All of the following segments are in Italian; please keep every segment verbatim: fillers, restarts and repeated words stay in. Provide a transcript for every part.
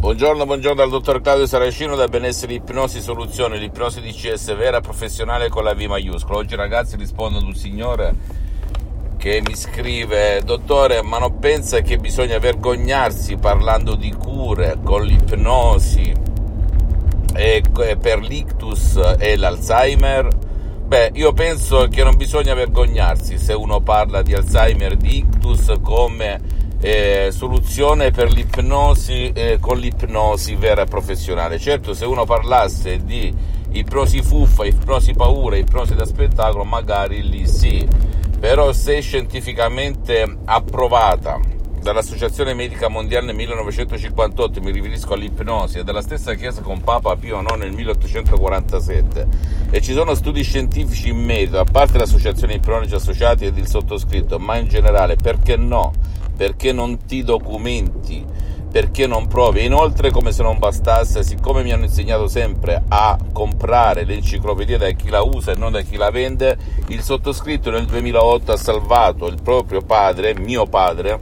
Buongiorno, buongiorno dal dottor Claudio Saracino da Benessere Ipnosi Soluzioni, l'ipnosi D C S vera professionale con la V maiuscola. Oggi ragazzi rispondo ad un signore che mi scrive: dottore, ma non pensa che bisogna vergognarsi parlando di cure con l'ipnosi e per l'ictus e l'Alzheimer? Beh, io penso che non bisogna vergognarsi se uno parla di Alzheimer, di ictus come Eh, soluzione per l'ipnosi eh, con l'ipnosi vera e professionale. Certo, se uno parlasse di ipnosi fuffa, ipnosi paura, ipnosi da spettacolo, magari lì sì, però se scientificamente approvata dall'Associazione Medica Mondiale nel millenovecentocinquantotto, mi riferisco all'ipnosi, e dalla stessa Chiesa con Papa Pio nono nel milleottocentoquarantasette, e ci sono studi scientifici in merito, a parte le associazioni ipnotici associate ed il sottoscritto, ma in generale, perché no? Perché non ti documenti? Perché non provi? Inoltre, come se non bastasse, siccome mi hanno insegnato sempre a comprare l'enciclopedia da chi la usa e non da chi la vende, il sottoscritto nel duemilaotto ha salvato il proprio padre, mio padre,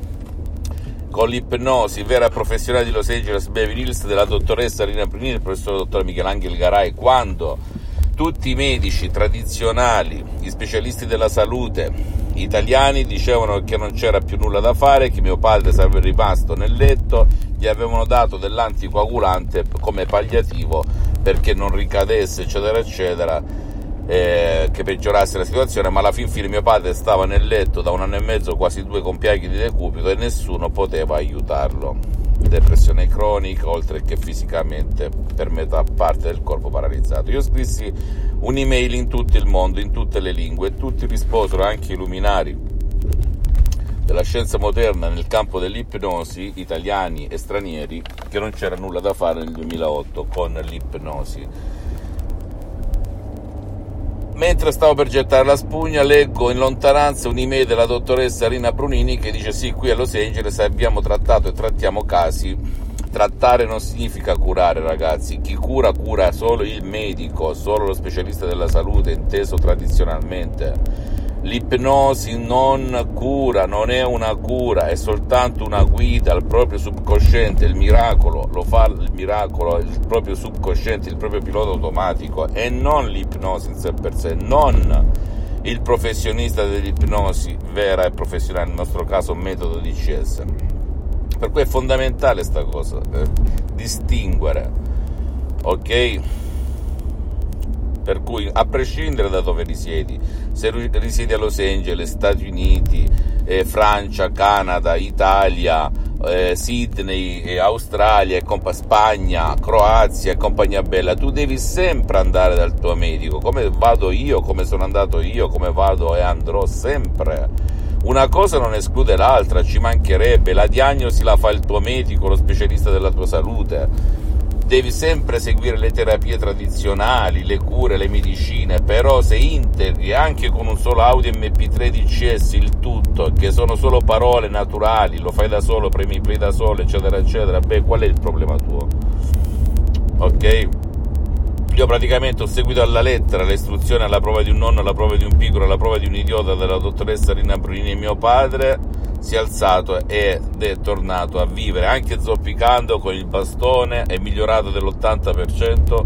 con l'ipnosi vera e professionale di Los Angeles Beverly Hills della dottoressa Rina Brunini e il professor dottor Michelangelo Garay, quando tutti i medici tradizionali, gli specialisti della salute italiani dicevano che non c'era più nulla da fare, che mio padre sarebbe rimasto nel letto, gli avevano dato dell'anticoagulante come palliativo perché non ricadesse eccetera eccetera, eh, che peggiorasse la situazione, ma alla fin fine mio padre stava nel letto da un anno e mezzo, quasi due, con piaghe di decubito, e nessuno poteva aiutarlo. Depressione cronica, oltre che fisicamente per metà parte del corpo paralizzato. Io scrissi un'email in tutto il mondo, in tutte le lingue, e tutti risposero, anche i luminari della scienza moderna nel campo dell'ipnosi, italiani e stranieri, che non c'era nulla da fare nel duemilaotto con l'ipnosi. Mentre stavo per gettare la spugna, leggo in lontananza un'email della dottoressa Rina Brunini che dice: sì, qui a Los Angeles abbiamo trattato e trattiamo casi. Trattare non significa curare, ragazzi. Chi cura, cura solo il medico, solo lo specialista della salute, inteso tradizionalmente. L'ipnosi non cura, non è una cura, è soltanto una guida al proprio subconsciente. Il miracolo lo fa il miracolo, il proprio subconsciente, il proprio pilota automatico, e non l'ipnosi in sé per sé, non il professionista dell'ipnosi vera e professionale, nel nostro caso metodo D C S. Per cui è fondamentale sta cosa, eh, distinguere, ok? Per cui, a prescindere da dove risiedi, se risiedi a Los Angeles, Stati Uniti, eh, Francia, Canada, Italia, eh, Sydney, eh, Australia, e compa- Spagna, Croazia e compagnia bella, tu devi sempre andare dal tuo medico, come vado io, come sono andato io, come vado e andrò sempre. Una cosa non esclude l'altra, ci mancherebbe. La diagnosi la fa il tuo medico, lo specialista della tua salute. Devi sempre seguire le terapie tradizionali, le cure, le medicine, però se integri anche con un solo audio M P tre D C S il tutto, che sono solo parole naturali, lo fai da solo, premi play da solo, eccetera eccetera, beh, qual è il problema tuo? Ok? Io praticamente ho seguito alla lettera le istruzioni alla prova di un nonno, alla prova di un piccolo, alla prova di un idiota della dottoressa Rina Brunini, e mio padre si è alzato ed è tornato a vivere, anche zoppicando con il bastone, è migliorato dell'ottanta per cento,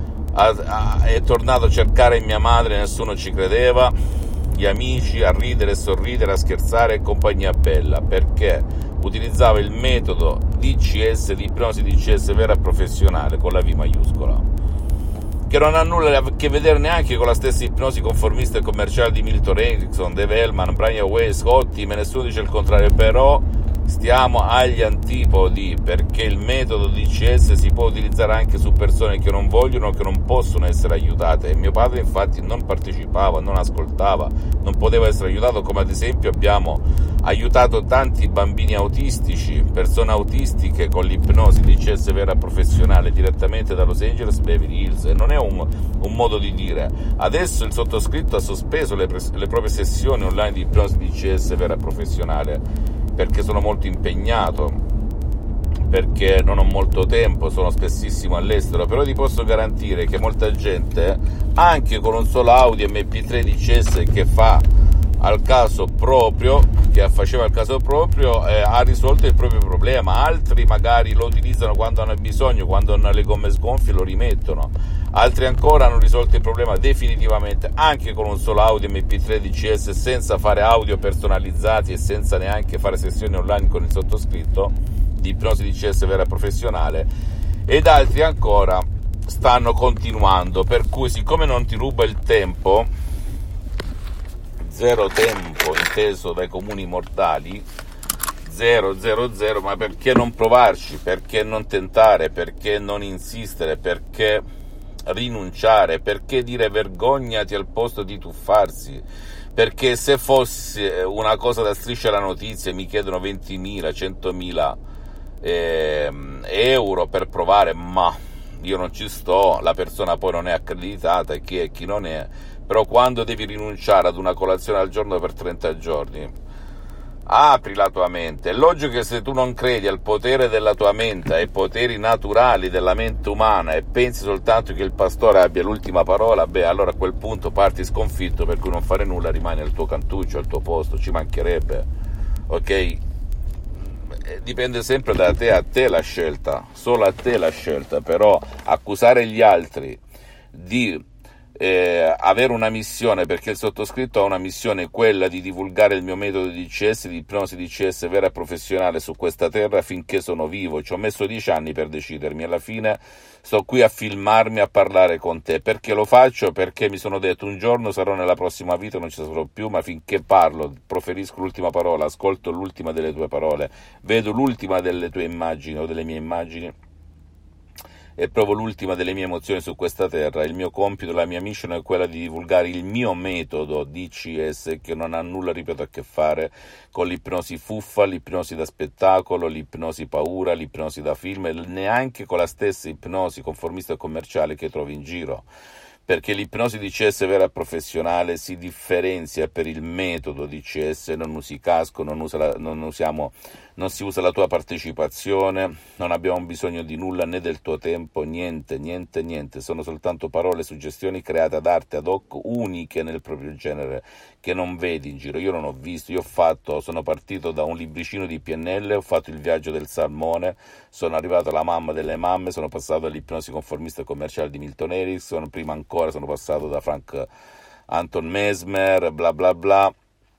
è tornato a cercare mia madre, nessuno ci credeva, gli amici, a ridere e sorridere, a scherzare e compagnia bella, perché utilizzava il metodo D C S, di ipnosi D C S vera e professionale con la V maiuscola, che non ha nulla a che vedere neanche con la stessa ipnosi conformista e commerciale di Milton Erickson, Dave Hellman, Brian Weiss, ottime, nessuno dice il contrario, però stiamo agli antipodi, perché il metodo D C S si può utilizzare anche su persone che non vogliono, che non possono essere aiutate, e mio padre infatti non partecipava, non ascoltava, non poteva essere aiutato, come ad esempio abbiamo aiutato tanti bambini autistici, persone autistiche, con l'ipnosi D C S vera professionale direttamente da Los Angeles Beverly Hills. E non è un, un modo di dire. Adesso il sottoscritto ha sospeso le, pres- le proprie sessioni online di ipnosi D C S vera professionale, perché sono molto impegnato, perché non ho molto tempo, sono spessissimo all'estero, però ti posso garantire che molta gente, anche con un solo audio M P tre D C S che fa al caso proprio, che faceva il caso proprio eh, ha risolto il proprio problema. Altri magari lo utilizzano quando hanno bisogno, quando hanno le gomme sgonfie lo rimettono. Altri ancora hanno risolto il problema definitivamente anche con un solo audio M P tre D C S, senza fare audio personalizzati e senza neanche fare sessioni online con il sottoscritto di ipnosi D C S vera e professionale. Ed altri ancora stanno continuando, per cui siccome non ti ruba il tempo, zero tempo inteso dai comuni mortali, zero, zero, zero, ma perché non provarci, perché non tentare, perché non insistere, perché rinunciare, perché dire vergognati al posto di tuffarsi? Perché se fosse una cosa da Striscia la Notizia mi chiedono ventimila, centomila eh, euro per provare, ma io non ci sto, la persona poi non è accreditata e chi è chi non è. Però quando devi rinunciare ad una colazione al giorno per trenta giorni, apri la tua mente. È logico che se tu non credi al potere della tua mente, ai poteri naturali della mente umana e pensi soltanto che il pastore abbia l'ultima parola, beh, allora a quel punto parti sconfitto, per cui non fare nulla, rimani al tuo cantuccio, al tuo posto, ci mancherebbe, ok? Dipende sempre da te, a te la scelta, solo a te la scelta, però accusare gli altri di Eh, avere una missione, perché il sottoscritto ha una missione, quella di divulgare il mio metodo di D C S, di ipnosi D C S vera e professionale su questa terra finché sono vivo. Ci ho messo dieci anni per decidermi, alla fine sto qui a filmarmi, a parlare con te. Perché lo faccio? Perché mi sono detto un giorno sarò nella prossima vita, non ci sarò più, ma finché parlo, proferisco l'ultima parola, ascolto l'ultima delle tue parole, vedo l'ultima delle tue immagini o delle mie immagini e provo l'ultima delle mie emozioni su questa terra. Il mio compito, la mia mission è quella di divulgare il mio metodo D C S, che non ha nulla, ripeto, a che fare con l'ipnosi fuffa, l'ipnosi da spettacolo, l'ipnosi paura, l'ipnosi da film, e neanche con la stessa ipnosi conformista e commerciale che trovi in giro. Perché l'ipnosi D C S vera e professionale si differenzia per il metodo D C S, non usi casco, non, usa la, non, usiamo, non si usa la tua partecipazione, non abbiamo bisogno di nulla, né del tuo tempo, niente, niente, niente, sono soltanto parole, suggestioni create ad arte, ad hoc, uniche nel proprio genere, che non vedi in giro. Io non ho visto, io ho fatto, sono partito da un libricino di P N L, ho fatto il viaggio del salmone, sono arrivato alla mamma delle mamme, sono passato all'ipnosi conformista e commerciale di Milton Erickson, prima ancora sono passato da Frank Anton Mesmer, bla bla bla.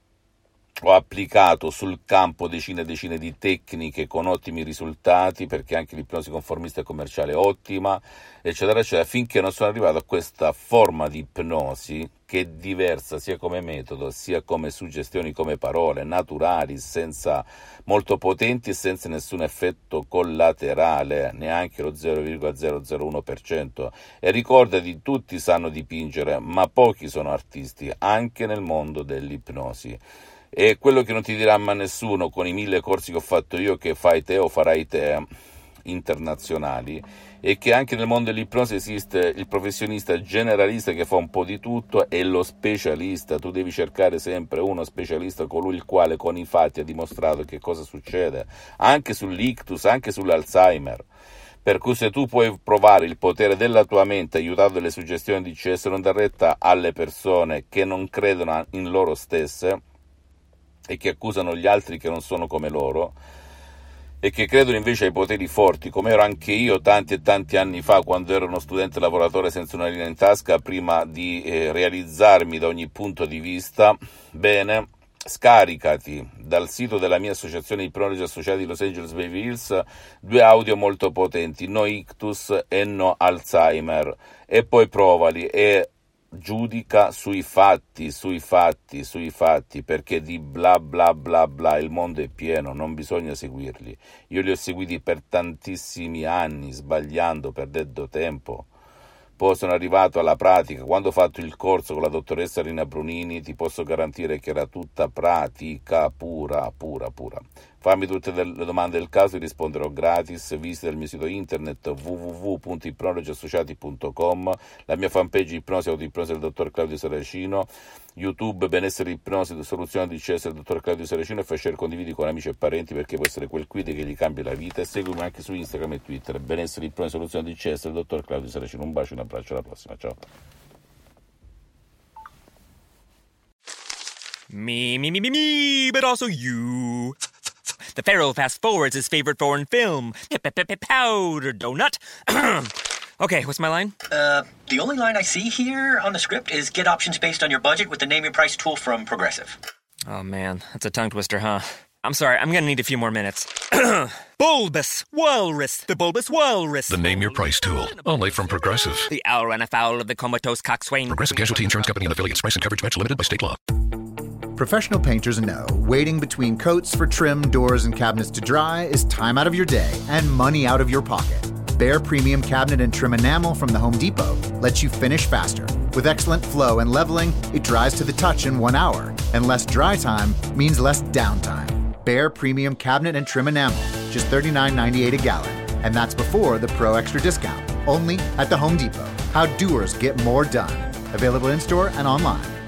Ho applicato sul campo decine e decine di tecniche con ottimi risultati, perché anche l'ipnosi conformista e commerciale è ottima, eccetera, eccetera, finché non sono arrivato a questa forma di ipnosi che è diversa sia come metodo, sia come suggestioni, come parole, naturali, senza molto potenti e senza nessun effetto collaterale, neanche lo zero virgola zero zero uno per cento. E ricordati, tutti sanno dipingere, ma pochi sono artisti, anche nel mondo dell'ipnosi. E quello che non ti dirà mai nessuno con i mille corsi che ho fatto io, che fai te o farai te, internazionali, è che anche nel mondo dell'ipnosi esiste il professionista generalista che fa un po' di tutto e lo specialista. Tu devi cercare sempre uno specialista, colui il quale con i fatti ha dimostrato che cosa succede, anche sull'ictus, anche sull'Alzheimer. Per cui se tu puoi provare il potere della tua mente aiutato dalle suggestioni di D C S, non dar retta alle persone che non credono in loro stesse e che accusano gli altri che non sono come loro e che credono invece ai poteri forti, come ero anche io tanti e tanti anni fa, quando ero uno studente lavoratore senza una linea in tasca, prima di eh, realizzarmi da ogni punto di vista. Bene, scaricati dal sito della mia associazione Ipnologi Associati di Los Angeles Beverly Hills due audio molto potenti, no ictus e no Alzheimer, e poi provali e giudica sui fatti, sui fatti, sui fatti, perché di bla bla bla bla il mondo è pieno, non bisogna seguirli. Io li ho seguiti per tantissimi anni, sbagliando, perdendo tempo. Poi sono arrivato alla pratica. Quando ho fatto il corso con la dottoressa Rina Brunini, ti posso garantire che era tutta pratica pura, pura, pura. Fammi tutte le domande del caso, ti risponderò gratis. Visita il mio sito internet w w w punto ipnologi associati punto com, la mia fanpage Ipnosi Autoipnosi del dottor Claudio Saracino, YouTube Benessere Ipnosi Soluzione D C S del dottor Claudio Saracino, e fai share, condividi con amici e parenti, perché può essere quel quid che gli cambia la vita. E seguimi anche su Instagram e Twitter, Benessere Ipnosi Soluzione D C S del dottor Claudio Saracino. Un bacio, un abbraccio, alla prossima, ciao. Me, me, me, me, me, but also you. The Pharaoh fast forwards his favorite foreign film, Powder Donut. Okay, what's my line? Uh, the only line I see here on the script is get options based on your budget with the Name Your Price tool from Progressive. Oh man, that's a tongue twister, huh? I'm sorry, I'm gonna need a few more minutes. Bulbous Walrus, the Bulbous Walrus. The Name Your Price tool, only from Progressive. The owl ran afoul of the comatose coxswain. Progressive Casualty Insurance Company and affiliates. Price and coverage match limited by state law. Professional painters know waiting between coats for trim, doors, and cabinets to dry is time out of your day and money out of your pocket. Behr Premium Cabinet and Trim Enamel from the Home Depot lets you finish faster. With excellent flow and leveling, it dries to the touch in one hour. And less dry time means less downtime. Behr Premium Cabinet and Trim Enamel, just thirty-nine ninety-eight a gallon. And that's before the Pro Extra discount. Only at the Home Depot. How doers get more done. Available in-store and online.